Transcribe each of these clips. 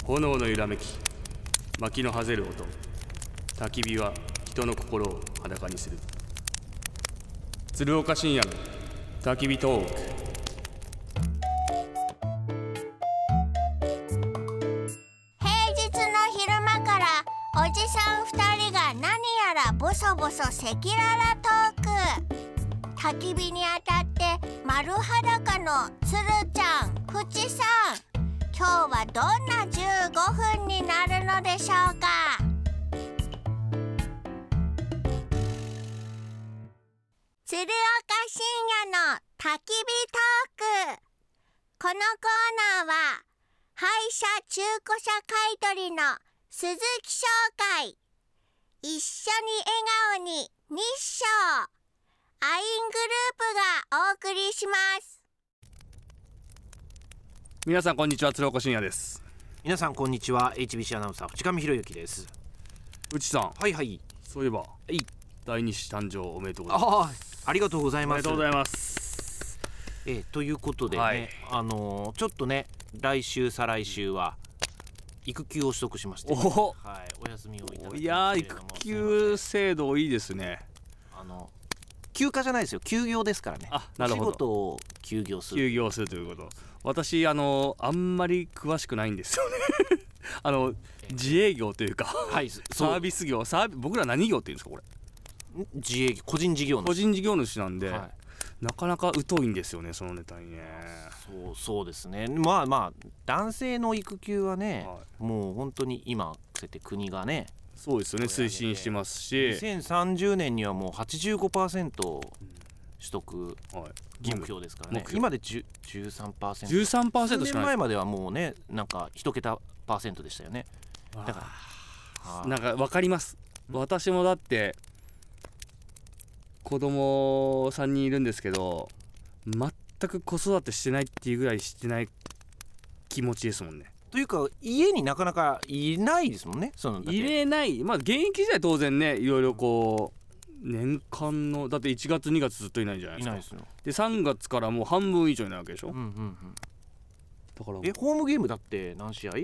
炎の揺らめき、薪のはぜる音、焚き火は人の心を裸にする。鶴岡深夜の焚き火トーク。 平日の昼間からおじさん2人が何やらボソボソ赤裸々トーク。焚き火に当たって丸裸のつるちゃん、ふちさん、今日はどんな15分になるのでしょうか。鶴岡深夜の焚き火トーク。このコーナーは廃車中古車買取の鈴木商会、一緒に笑顔に日照、アイングループがお送りします。 皆さんこんにちは、鶴岡深夜です。 皆さんこんにちは、 HBC アナウンサー淵上博之です。 内さん、 はいはい。 そういえばい第二子誕生おめでとうございます。 ありがとうございおめます。 でとうございます。 ということでね、 はい、 ちょっとね、来週再来週は育休を取得しまして、 お休みをいただきましたけれども。 いやー、育休制度いいですね。 休暇じゃないですよ、休業ですからね。 あ、なるほど。 お仕事を休業するということ。私あんまり詳しくないんですよね自営業というか、 はい、 サービス業、僕ら何業っていうんですかこれ。 自営業、個人事業主。 個人事業主なんで、 はい、 なかなか疎いんですよね、そのネタにね。 そうですね。まあ男性の育休はね、 はい、 もう本当に今そうやって国がね、 そうですよね、推進してますし、 2030年にはもう 85% 取得目標ですからね。今で 13%。 13% しかない。 数年前まではもうね、なんか1桁パーセントでしたよね。だからなんか分かります。私もだって子供3人いるんですけど、全く子育てしてないっていうぐらいしてない気持ちですもんね。 というか家になかなかいないですもんね。 入れない。まあ現役時代当然ね、いろいろこう年間のだって1月2月ずっといないじゃないですか。いないですよ。で3月からもう半分以上いないわけでしょ。だからホームゲームだって何試合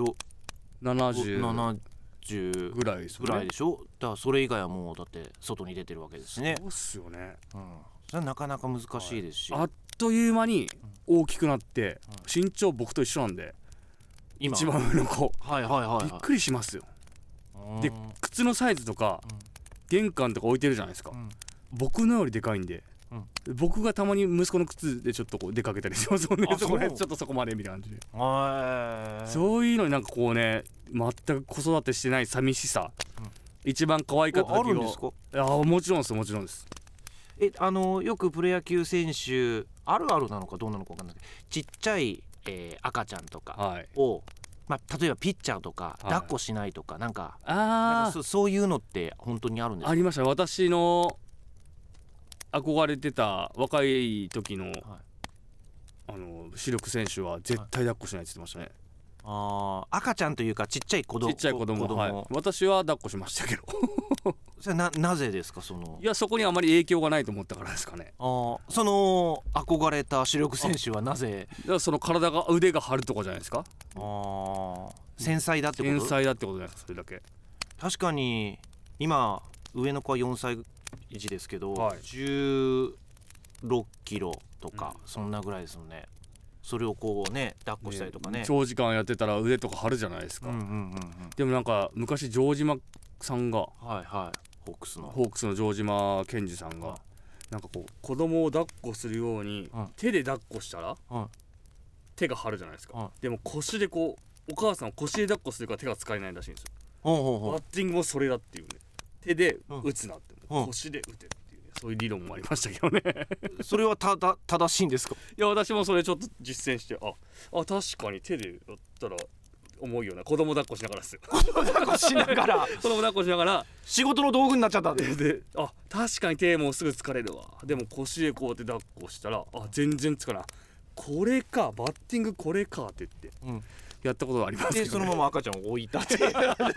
70ぐらいですね。ぐらいでしょ。だからそれ以外はもうだって外に出てるわけですしね。 そうっすよね。 それはなかなか難しいですし、 あっという間に大きくなって、身長僕と一緒なんで、今一番上の子、びっくりしますよ。で靴のサイズとか、玄関とか置いてるじゃないですか、僕のよりでかいんで、僕がたまに息子の靴でちょっとこう出かけたりしますもんね。ちょっとそこまでみたいな感じで、そういうのになんかこうね、全く子育てしてない寂しさ、一番可愛かった時を。あるんですか？いや、もちろんです、もちろんです。 よくプロ野球選手あるあるなのかどうなのか分かんないけど、ちっちゃい、赤ちゃんとかを、例えばピッチャーとか抱っこしないとか、なんかそういうのって本当にあるんですか？ ありました。私の憧れてた若い時の、主力選手は絶対抱っこしないって言ってましたね。 赤ちゃんというかちっちゃい子供。 私は抱っこしましたけどそれはなぜですか？ いや、そこにあまり影響がないと思ったからですかね。 その憧れた主力選手はなぜ？ その腕が張るとかじゃないですか。 繊細だってこと？ 繊細だってことじゃないですか、それだけ。 確かに今上の子は4歳児ですけど、16キロとか、そんなぐらいですもんね。それをこうね、抱っこしたりとかね、 長時間やってたら腕とか張るじゃないですか。でもなんか昔城島さんが、ホークスの城島健二さんが、なんかこう子供を抱っこするように、手で抱っこしたら、手が張るじゃないですか。でも腰でこう、お母さんを腰で抱っこするから手が使えないらしいんですよ。バッティングもそれだっていうね。手で打つなって、腰で打てっていうね、そういう理論もありましたけどねそれは正しいんですか？ いや、私もそれちょっと実践して、確かに手でやったら重いよな。子供抱っこしながらですよ。 子供抱っこしながら子供抱っこしながら仕事の道具になっちゃったんで、 確かに手もすぐ疲れるわ。でも腰でこうやって抱っこしたら、全然疲れない。これか、バッティングこれかって言って、やったことがありますけどね。 でそのまま赤ちゃんを置いたって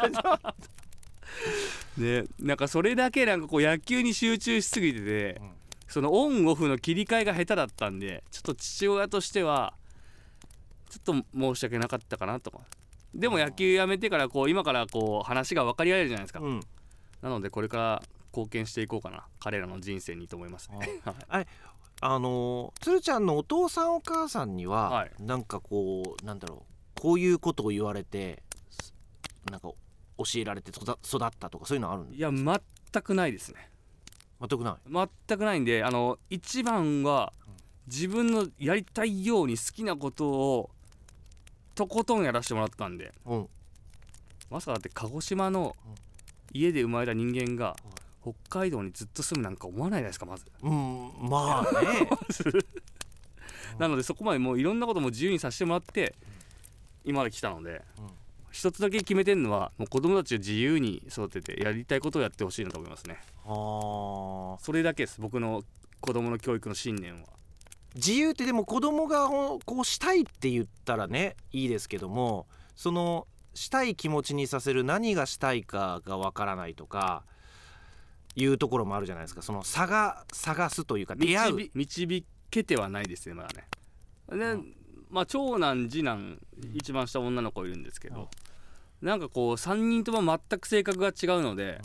ね、なんかそれだけなんかこう野球に集中しすぎてて、そのオンオフの切り替えが下手だったんで、ちょっと父親としてはちょっと申し訳なかったかなとか、 でも野球やめてからこう今からこう話が分かり合えるじゃないですか、なのでこれから貢献していこうかな彼らの人生にと思いますね。 鶴ちゃんのお父さんお母さんには、なんかこうなんだろう、こういうことを言われてなんか教えられて育ったとかそういうのあるんですか？ いや全くないですね。 全くないんで、一番は自分のやりたいように好きなことをとことんやらせてもらったんで、まさかだって鹿児島の家で生まれた人間が北海道にずっと住むなんか思わないですか、まず。 まあねなのでそこまでもういろんなことも自由にさせてもらって今まで来たので、一つだけ決めてるのはもう子供たちを自由に育ててやりたいことをやってほしいなと思いますね。それだけです、僕の子供の教育の信念は。 自由ってでも子供がこうしたいって言ったらねいいですけども、そのしたい気持ちにさせる何がしたいかがわからないとかいうところもあるじゃないですか。その探すというか出会う導けてはないですねまだね。で、長男次男一番下女の子いるんですけど、なんかこう3人とも全く性格が違うので、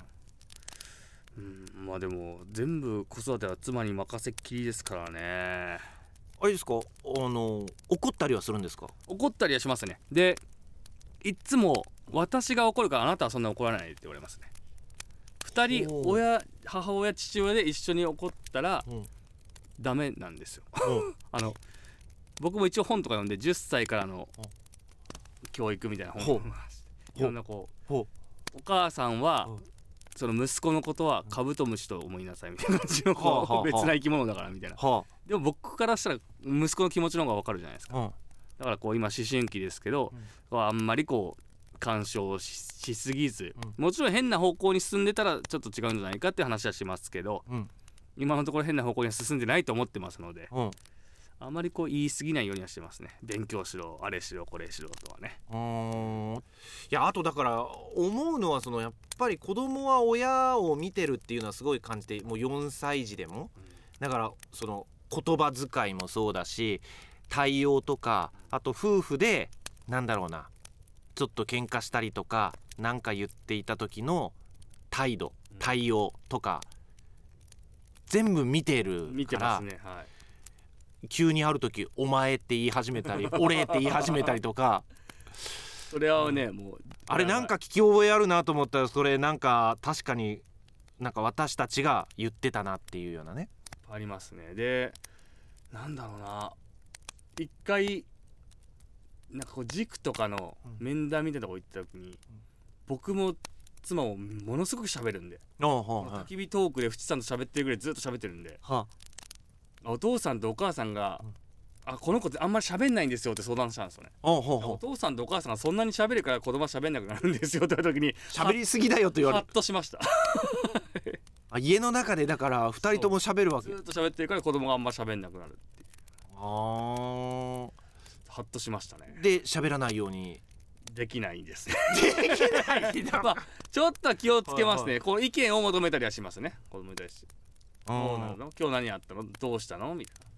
でも全部子育ては妻に任せっきりですからね。 あれですか、怒ったりはするんですか？ 怒ったりはしますね。でいつも私が怒るからあなたはそんな怒らないって言われますね。2人母親父親で一緒に怒ったらダメなんですよ。僕も一応本とか読んで10歳からの教育みたいな本をいろんなこうお母さんはその息子のことはカブトムシと思いなさいみたいな感じの別な生き物だからみたいな。でも僕からしたら息子の気持ちの方が分かるじゃないですか。だからこう今思春期ですけど、あんまりこう干渉しすぎず、もちろん変な方向に進んでたらちょっと違うんじゃないかって話はしますけど、今のところ変な方向には進んでないと思ってますので、あまりこう言い過ぎないようにはしてますね。勉強しろあれしろこれしろとはね。 いやあとだから思うのはやっぱり子供は親を見てるっていうのはすごい感じて、もう4歳児でも、だからその言葉遣いもそうだし対応とか、あと夫婦でなんだろうな、ちょっと喧嘩したりとかなんか言っていた時の態度対応とか全部見てるから見てますね。 急にある時お前って言い始めたり俺って言い始めたりとかそれはね、もうあれなんか聞き覚えあるなと思ったら、それなんか確かになんか私たちが言ってたなっていうようなね、 ありますね。でなんだろうな、一回なんかこう塾とかの面談みたいなとこ行った時に、僕も妻もものすごく喋るんで、焚き火トークで淵さんと喋ってるぐらいずっと喋ってるんで、お父さんとお母さんが、この子ってあんまり喋んないんですよって相談したんですよね。お父さんとお母さんがそんなに喋るから子供は喋んなくなるんですよって言った時に、 喋りすぎだよと言われハッとしました家の中でだから2人とも喋るわけ、 ずっと喋ってるから子供があんま喋んなくなるっていう。ハッとしましたね。 で喋らないようにできないんですできないんだちょっと気をつけますね。こう意見を求めたりはしますね、子供に対して。どうなるの、今日何やったの、どうしたのみたいな。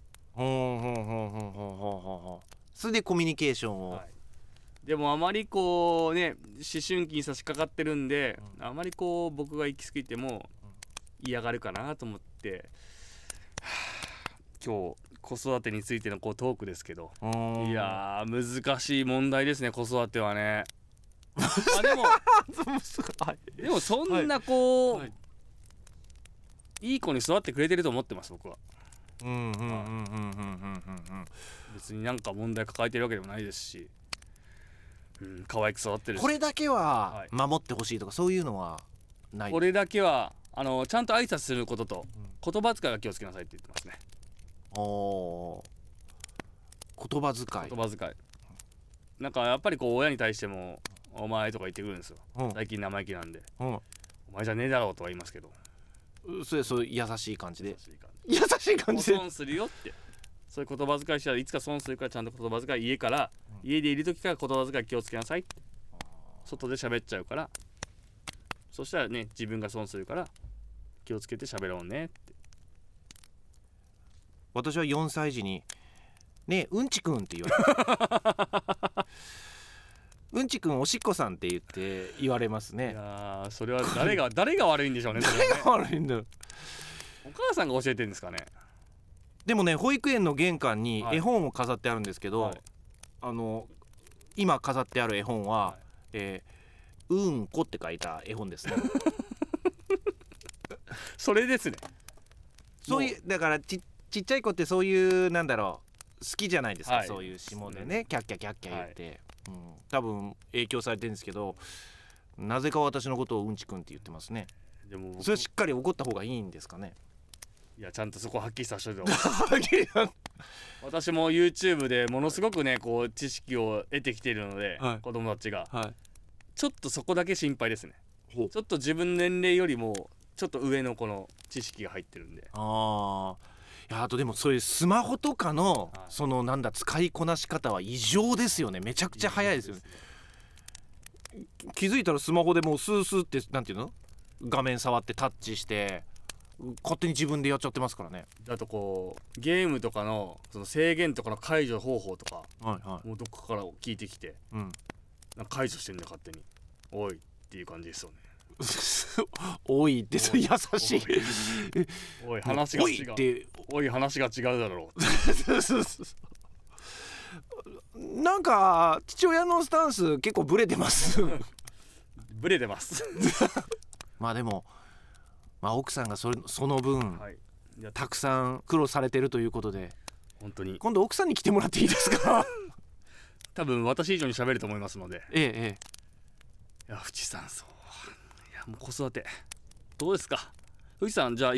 それでコミュニケーションを、 でもあまりこうね思春期に差し掛かってるんで、あまりこう僕が行き過ぎても嫌がるかなと思って、今日子育てについてのこうトークですけど、いやー難しい問題ですね、子育てはね。でもそんなこう、いい子に育ってくれてると思ってます僕は。別になんか問題抱えてるわけでもないですし、可愛く育ってるし、 これだけは守ってほしいとかそういうのはない。 これだけはちゃんと挨拶することと、言葉遣いが気をつけなさいって言ってますね。 言葉遣いなんかやっぱりこう親に対してもお前とか言ってくるんですよ、最近生意気なんで、お前じゃねえだろうとは言いますけど、 そう優しい感じで損するよって、そういう言葉遣いしたらいつか損するから、ちゃんと言葉遣い家でいる時から言葉遣い気をつけなさいって、外で喋っちゃうから、そしたらね自分が損するから気をつけて喋ろうねって。 私は4歳児にねうんちくんって言われてうんちくんおしっこさんって言われますね。 いやそれは誰が悪いんでしょうね。 誰が悪いんだろう。 お母さんが教えてるんですかね。 でもね、保育園の玄関に絵本を飾ってあるんですけど、はい、今飾ってある絵本は、はい、うんこって書いた絵本ですね。 それですね。 そういうだからちっちゃい子ってそういうなんだろう好きじゃないですか、はい、そういう下でねキャッキャキャッキャ言って、はい、多分影響されてるんですけど、なぜか私のことをうんちくんって言ってますね。でもそれしっかり怒った方がいいんですかね。 いやちゃんとそこはっきりさせておいて私も YouTube でものすごくねこう知識を得てきているので、はい、子供たちが、はい、ちょっとそこだけ心配ですね。ちょっと自分の年齢よりもちょっと上のこの知識が入ってるんで。 いやあとでもそういうスマホとかの、はい、そのなんだ使いこなし方は異常ですよね。めちゃくちゃ早いですよね。気づいたらスマホでもうスースーってなんていうの画面触ってタッチして勝手に自分でやっちゃってますからね。 あとこうゲームとかのその制限とかの解除方法とか、はいはい、もうどこかから聞いてきて、うん、なんか解除してんだ勝手においっていう感じですよね。 おいって優しい。 おい話が違う。おい話が違うだろう。なんか父親のスタンス結構ブレてます。 ブレてます。 まあでも、奥さんがその分、はい、たくさん苦労されてるということで、 本当に今度奥さんに来てもらっていいですか。 多分私以上に喋ると思いますので。 いや藤さんそういやもう子育てどうですか藤さん。じゃあ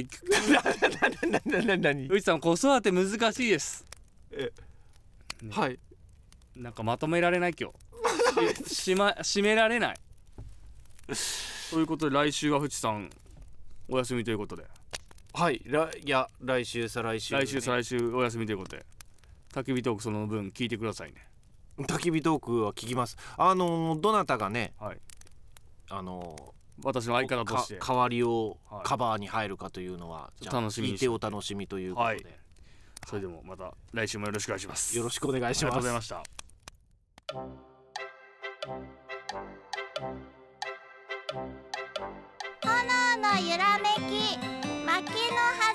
藤さん子育て難しいです。 ね、はい。 なんかまとめられない今日締められないということで来週は藤さんお休みということで。 はい。いや来週再来週、ね、 再来週お休みということで焚き火トークその分聞いてくださいね。 焚き火トークは聞きます。どなたがね、はい、 私の相方として代わりをカバーに入るかというのは、じゃあ聞いてお楽しみということで、はい、 それでもまた来週もよろしくお願いします。 よろしくお願いします。 ありがとうございました。 炎の揺らめき薪の